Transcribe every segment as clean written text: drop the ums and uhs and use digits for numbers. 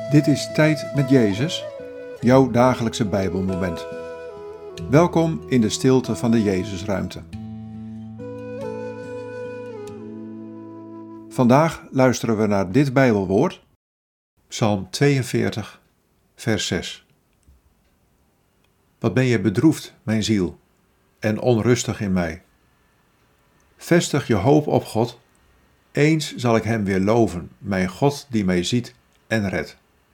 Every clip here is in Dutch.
Dit is Tijd met Jezus, jouw dagelijkse Bijbelmoment. Welkom in de stilte van de Jezusruimte. Vandaag luisteren we naar dit Bijbelwoord, Psalm 42, vers 6. Wat ben je bedroefd, mijn ziel, en onrustig in mij. Vestig je hoop op God, eens zal ik hem weer loven, mijn God die mij ziet en redt.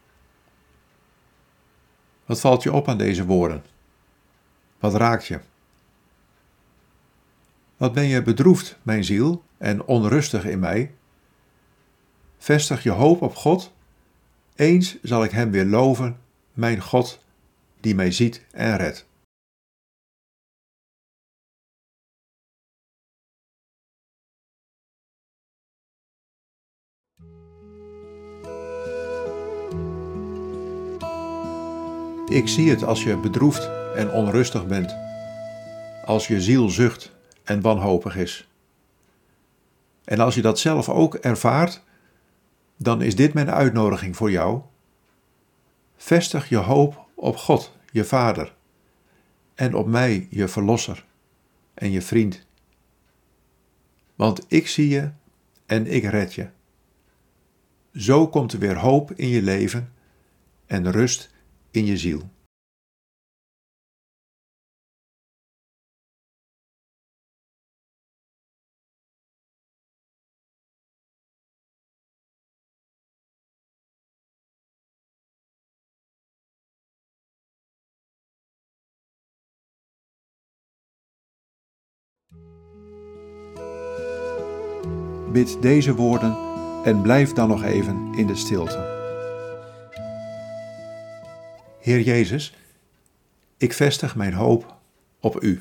Wat valt je op aan deze woorden? Wat raakt je? Wat ben je bedroefd, mijn ziel, en onrustig in mij? Vestig je hoop op God, eens zal ik hem weer loven, mijn God die mij ziet en redt. Ik zie het als je bedroefd en onrustig bent, als je ziel zucht en wanhopig is. En als je dat zelf ook ervaart, dan is dit mijn uitnodiging voor jou. Vestig je hoop op God, je Vader, en op mij, je Verlosser en je vriend. Want ik zie je en ik red je. Zo komt er weer hoop in je leven en rust in je ziel. Bid deze woorden en blijf dan nog even in de stilte. Heer Jezus, ik vestig mijn hoop op U.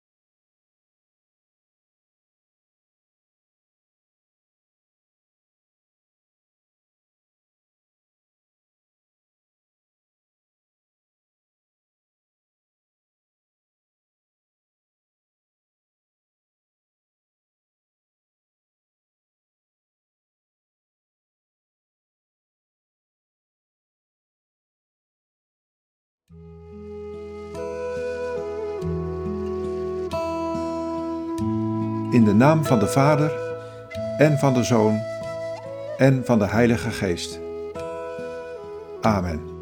In de naam van de Vader, en van de Zoon, en van de Heilige Geest. Amen.